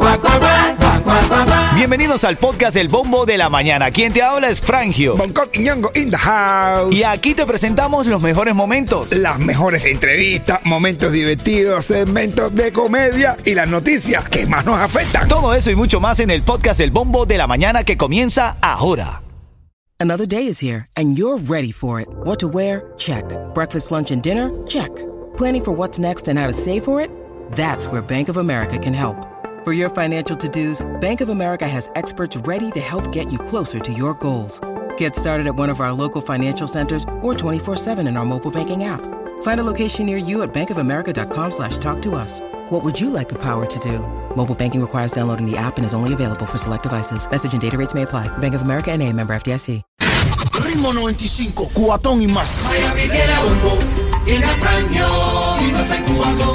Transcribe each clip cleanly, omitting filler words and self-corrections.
Bienvenidos al podcast El Bombo de la Mañana. Quien te habla es Frangio. Bangkok y Ñongo in the house. Y aquí te presentamos los mejores momentos. Las mejores entrevistas, momentos divertidos, segmentos de comedia y las noticias que más nos afectan. Todo eso y mucho más en el podcast El Bombo de la Mañana que comienza ahora. Another day is here and you're ready for it. What to wear? Check. Breakfast, lunch, and dinner? Check. Planning for what's next and how to save for it? That's where Bank of America can help. For your financial to-dos, Bank of America has experts ready to help get you closer to your goals. Get started at one of our local financial centers or 24/7 in our mobile banking app. Find a location near you at bankofamerica.com/talktous. What would you like the power to do? Mobile banking requires downloading the app and is only available for select devices. Message and data rates may apply. Bank of America N.A., member FDIC. Ritmo 95, Cubatón y más. Miami tiene bombo, tiene Frangio, y no se Cubatón.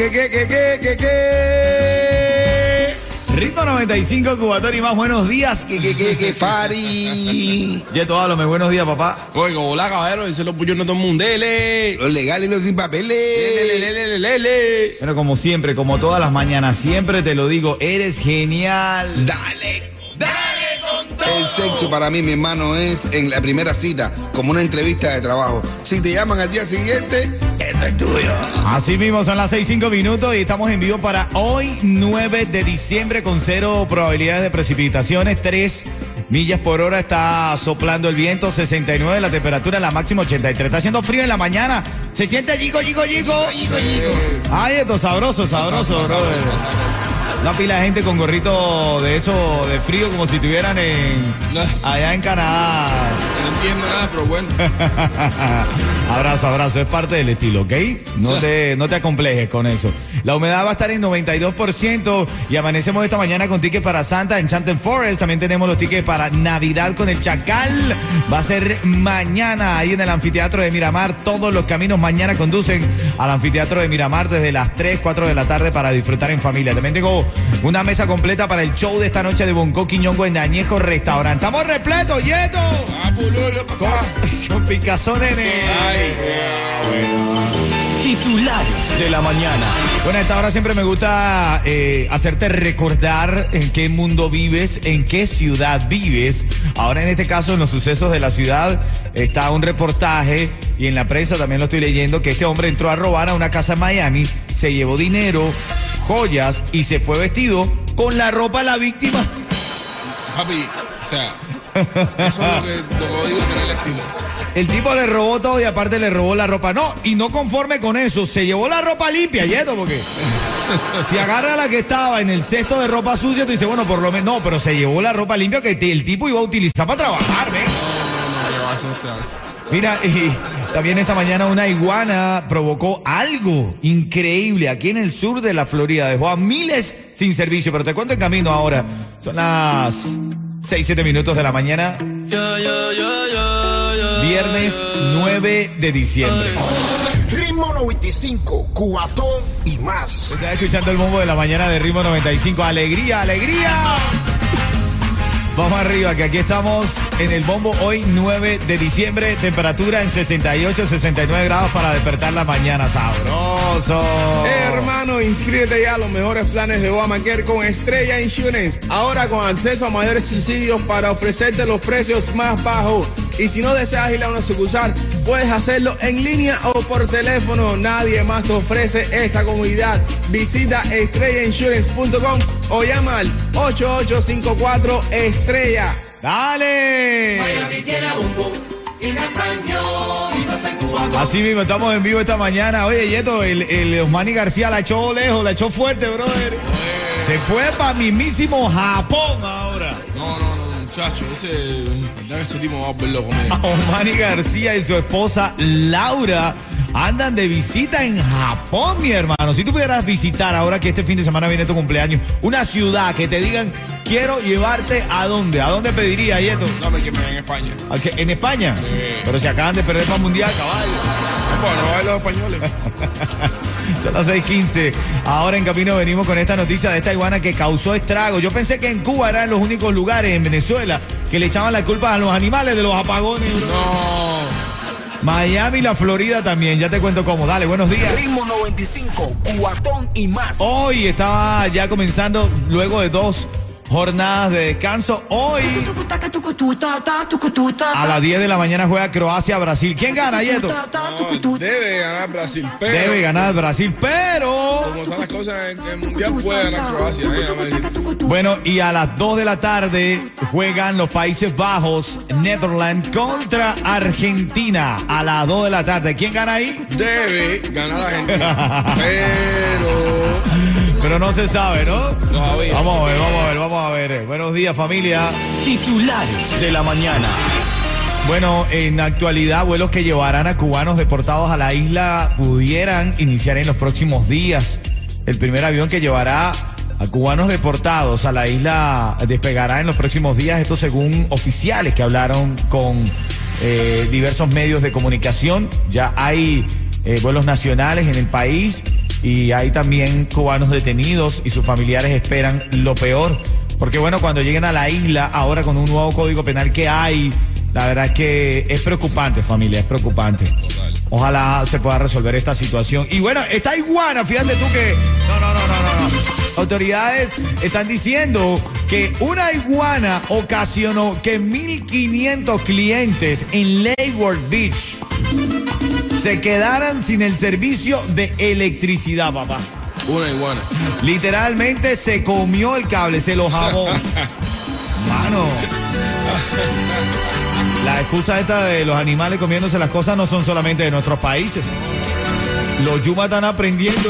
Ritmo 95, Cubatón y más. Buenos días. ¿Qué pari? Yeto, háblame. Buenos días, papá. Oiga, hola, caballero, dice los puños no todo el mundo. Dele. Los legales y los sin papeles. Lele. Bueno, como siempre, como todas las mañanas, siempre te lo digo, eres genial. Dale. Con todo. El sexo para mí, mi hermano, es en la primera cita, como una entrevista de trabajo. Si te llaman al día siguiente, eso es tuyo. Así mismo, son las 6:05 y estamos en vivo para hoy, 9 de diciembre, con 0 probabilidades de precipitaciones, 3 millas por hora, está soplando el viento, 69 la temperatura, la máxima 83. Está haciendo frío en la mañana, se siente yico. Ay, esto sabroso, brother. Una pila de gente con gorrito de eso, de frío, como si estuvieran allá en Canadá. No entiendo nada, pero bueno. Abrazo, es parte del estilo, ¿ok? No te acomplejes con eso. La humedad va a estar en 92% y amanecemos esta mañana con tickets para Santa Enchanted Forest. También tenemos los tickets para Navidad con el Chacal. Va a ser mañana ahí en el anfiteatro de Miramar. Todos los caminos mañana conducen al anfiteatro de Miramar desde las 3, 4 de la tarde para disfrutar en familia. También tengo una mesa completa para el show de esta noche de Bangkok y Ñongo en Añejo Restaurante. ¡Estamos repletos, Yeto! Con picazones en Titulares de la mañana. Bueno, a esta hora siempre me gusta hacerte recordar en qué mundo vives, en qué ciudad vives. Ahora en este caso, en los sucesos de la ciudad, está un reportaje y en la prensa también lo estoy leyendo, que este hombre entró a robar a una casa en Miami, se llevó dinero, joyas y se fue vestido con la ropa de la víctima. Papi, o sea, eso es lo que digo, tener el estilo. El tipo le robó todo y aparte le robó la ropa. No, y no conforme con eso, se llevó la ropa limpia, Yeto, porque si agarra la que estaba en el cesto de ropa sucia, tú dices, bueno, por lo menos, no, pero se llevó la ropa limpia que el tipo iba a utilizar para trabajar, ¿ves? No, eso no se hace. Mira, y también esta mañana una iguana provocó algo increíble aquí en el sur de la Florida. Dejó a miles sin servicio, pero te cuento en camino ahora. Son las 6:07 de la mañana. Viernes 9 de diciembre. Ritmo 95, Cubatón y más. Estás escuchando el bombo de la mañana de Ritmo 95. ¡Alegría! Vamos arriba, que aquí estamos en el bombo hoy 9 de diciembre, temperatura en 68, 69 grados para despertar la mañana, sabroso. Hermano, inscríbete ya a los mejores planes de Obamacare con Estrella Insurance. Ahora con acceso a mayores subsidios para ofrecerte los precios más bajos. Y si no deseas ir a una sucursal, puedes hacerlo en línea o por teléfono. Nadie más te ofrece esta comodidad. Visita estrellainsurance.com o llama al 8854-ESTRELLA. ¡Dale! Miami tiene bombo, tiene Frangio, y no se Cubatón. Así mismo, estamos en vivo esta mañana. Oye, Yeto, el Osmani García la echó lejos, la echó fuerte, brother. Se fue para mismísimo Japón ahora. No, muchacho, verdad que este tipo va a volver loco. Osmani García y su esposa Laura andan de visita en Japón, mi hermano. Si tú pudieras visitar, ahora que este fin de semana viene tu cumpleaños, una ciudad que te digan, quiero llevarte ¿a dónde? ¿A dónde pediría, Yeto? Dame que me den en España. ¿En España? Sí. Pero si acaban de perder para el Mundial, caballo. Bueno, no hay los españoles. Son las 6:15. Ahora en camino venimos con esta noticia de esta iguana que causó estragos. Yo pensé que en Cuba eran los únicos lugares en Venezuela que le echaban la culpa a los animales de los apagones, bro. Miami y la Florida también. Ya te cuento cómo. Dale, buenos días. Ritmo 95, Cubatón y más. Hoy estaba ya comenzando, luego de 2 jornadas de descanso. Hoy a las 10 de la mañana juega Croacia-Brasil. ¿Quién gana, Yeto? No, debe ganar Brasil, pero... Debe ganar Brasil, pero... Como están las cosas en el Mundial, puede ganar Croacia. Bueno, y a las 2 de la tarde juegan los Países Bajos, Netherlands contra Argentina. A las 2 de la tarde. ¿Quién gana ahí? Debe ganar Argentina, Pero no se sabe, ¿no? Todavía. Vamos a ver. Buenos días, familia. Titulares de la mañana. Bueno, en actualidad, vuelos que llevarán a cubanos deportados a la isla pudieran iniciar en los próximos días. El primer avión que llevará a cubanos deportados a la isla despegará en los próximos días, esto según oficiales que hablaron con diversos medios de comunicación. Ya hay vuelos nacionales en el país y hay también cubanos detenidos y sus familiares esperan lo peor. Porque bueno, cuando lleguen a la isla, ahora con un nuevo código penal que hay, la verdad es que es preocupante, familia, es preocupante. Total. Ojalá se pueda resolver esta situación. Y bueno, esta iguana, fíjate tú que... No. Autoridades están diciendo que una iguana ocasionó que 1.500 clientes en Leeward Beach se quedaran sin el servicio de electricidad, papá. Una iguana. Literalmente se comió el cable, se lo jabó. Mano. La excusa esta de los animales comiéndose las cosas no son solamente de nuestros países. Los yumas están aprendiendo.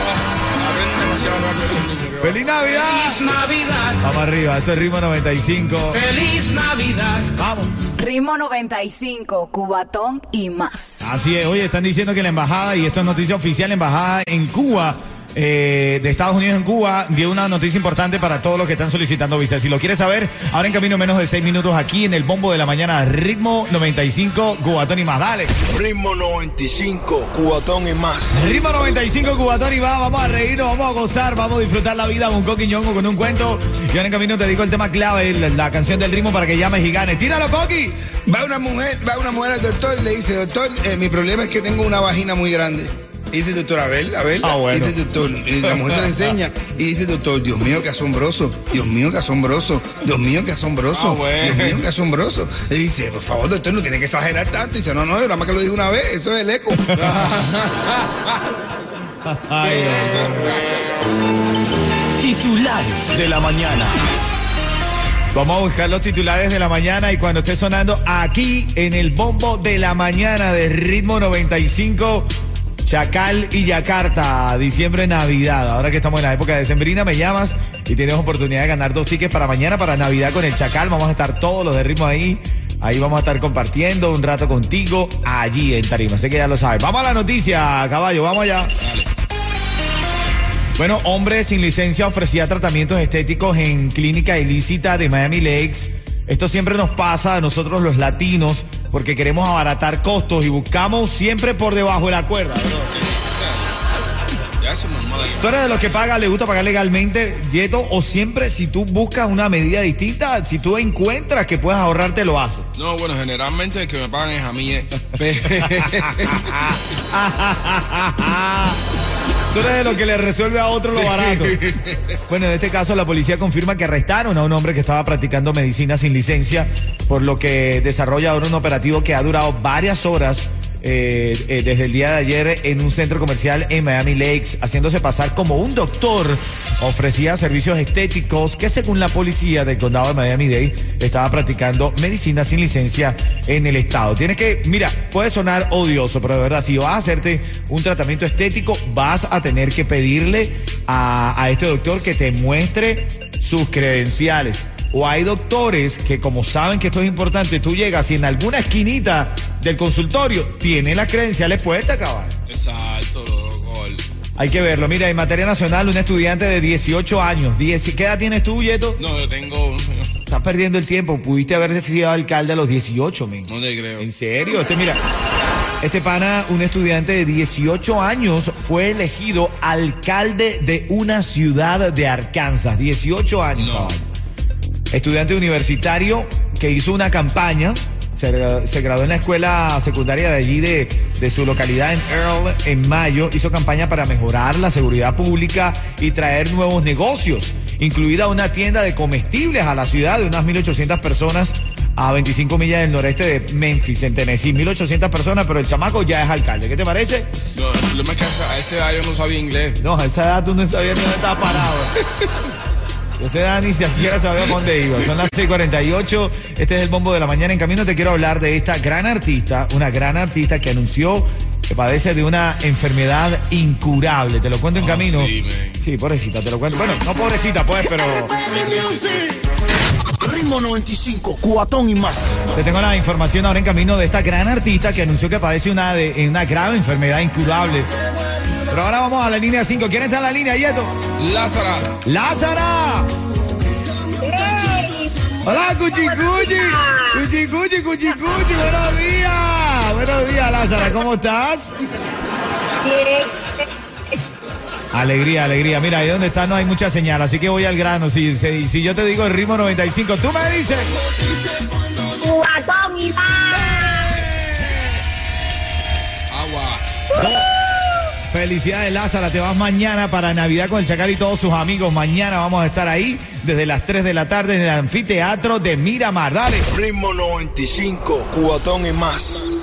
¡Feliz Navidad! ¡Feliz Navidad! Vamos arriba, esto es Ritmo 95. ¡Feliz Navidad! Vamos. Ritmo 95, Cubatón y más. Así es, oye, están diciendo que la embajada, y esto es noticia oficial, la embajada en Cuba, de Estados Unidos en Cuba, dio una noticia importante para todos los que están solicitando visa. Si lo quieres saber, ahora en camino menos de 6 minutos aquí en el Bombo de la Mañana, Ritmo 95, Cubatón y más. Dale. Ritmo 95, Cubatón y más. Ritmo 95, Cubatón y más. Vamos a reírnos, vamos a gozar, vamos a disfrutar la vida con un coquiñongo, con un cuento. Y ahora en camino te digo el tema clave, la canción del ritmo para que llames y ganes. ¡Tíralo, Coqui! Va una mujer al doctor y le dice, doctor, mi problema es que tengo una vagina muy grande. Y dice, doctor, a ver. Bueno. Y dice, doctor, y la mujer se le enseña. Y dice, doctor, Dios mío, qué asombroso. Dios mío, qué asombroso. Dios mío, qué asombroso. Bueno. Dios mío, qué asombroso. Y dice, por favor, doctor, no tiene que exagerar tanto. Y dice, no, yo nada más que lo dije una vez. Eso es el eco. Ay, Titulares de la mañana. vamos a buscar los titulares de la mañana y cuando esté sonando aquí en el Bombo de la Mañana de Ritmo 95... Chacal y Yakarta, diciembre, Navidad. Ahora que estamos en la época de decembrina, me llamas y tienes oportunidad de ganar 2 tickets para mañana, para Navidad con el Chacal. Vamos a estar todos los de Ritmo ahí. Ahí vamos a estar compartiendo un rato contigo allí en Tarima. Así que ya lo sabes. Vamos a la noticia, caballo. Vamos allá. Dale. Bueno, hombre sin licencia ofrecía tratamientos estéticos en clínica ilícita de Miami Lakes. Esto siempre nos pasa a nosotros los latinos porque queremos abaratar costos y buscamos siempre por debajo de la cuerda, ¿no? Ya eso es normal. ¿Tú eres de los que paga, le gusta pagar legalmente, Yeto? ¿O siempre si tú buscas una medida distinta, si tú encuentras que puedes ahorrarte, lo haces? No, bueno, generalmente el que me pagan es a mí. Tú eres de los que le resuelve a otro lo barato. Bueno, en este caso la policía confirma que arrestaron a un hombre que estaba practicando medicina sin licencia, por lo que desarrolla ahora un operativo que ha durado varias horas desde el día de ayer en un centro comercial en Miami Lakes, haciéndose pasar como un doctor. Ofrecía servicios estéticos que, según la policía del condado de Miami-Dade, estaba practicando medicina sin licencia en el estado. Tienes que, mira, puede sonar odioso, pero de verdad, si vas a hacerte un tratamiento estético, vas a tener que pedirle a este doctor que te muestre sus credenciales. O hay doctores que, como saben que esto es importante, tú llegas y en alguna esquinita del consultorio tiene las credenciales puestas, caballo. Exacto, loco. Hay que verlo. Mira, en materia nacional, un estudiante de 18 años. ¿Qué edad tienes tú, Yeto? No, yo tengo... Estás perdiendo el tiempo. Pudiste haber sido alcalde a los 18, men. No te creo. ¿En serio? Mira, este pana, un estudiante de 18 años, fue elegido alcalde de una ciudad de Arkansas. 18 años, No. caballo. Estudiante universitario que hizo una campaña Se graduó en la escuela secundaria de allí, de su localidad en Earl, en mayo. Hizo campaña para mejorar la seguridad pública y traer nuevos negocios, incluida una tienda de comestibles a la ciudad de unas 1.800 personas a 25 millas del noreste de Memphis, en Tennessee. 1.800 personas, pero el chamaco ya es alcalde. ¿Qué te parece? No, lo más que a esa edad yo no sabía inglés. No, a esa edad tú no sabías ni dónde estaba parado. A esa edad ni siquiera sabía dónde iba. Son las 6:48. Este es el bombo de la mañana. En camino te quiero hablar de esta gran artista, una gran artista que anunció que padece de una enfermedad incurable. Te lo cuento en camino. Sí, pobrecita, te lo cuento. Bueno, no pobrecita, pues, pero... Ritmo 95, Cubatón y más. Te tengo la información ahora en camino de esta gran artista que anunció que padece una grave enfermedad incurable. Pero ahora vamos a la línea 5. ¿Quién está en la línea, Yeto? Lázara. ¡Lázara! Hola, cuchicuchi. Cuchicuchi. Buenos días. Buenos días, Lázara. ¿Cómo estás? Alegría. Mira, ahí donde estás no hay mucha señal, así que voy al grano. Si yo te digo el ritmo 95, tú me dices... Cubatón y más. Agua. Felicidades, Lázara. Te vas mañana para Navidad con el Chacal y todos sus amigos. Mañana vamos a estar ahí desde las 3 de la tarde en el anfiteatro de Miramar. Dale. Ritmo 95, Cubatón y más.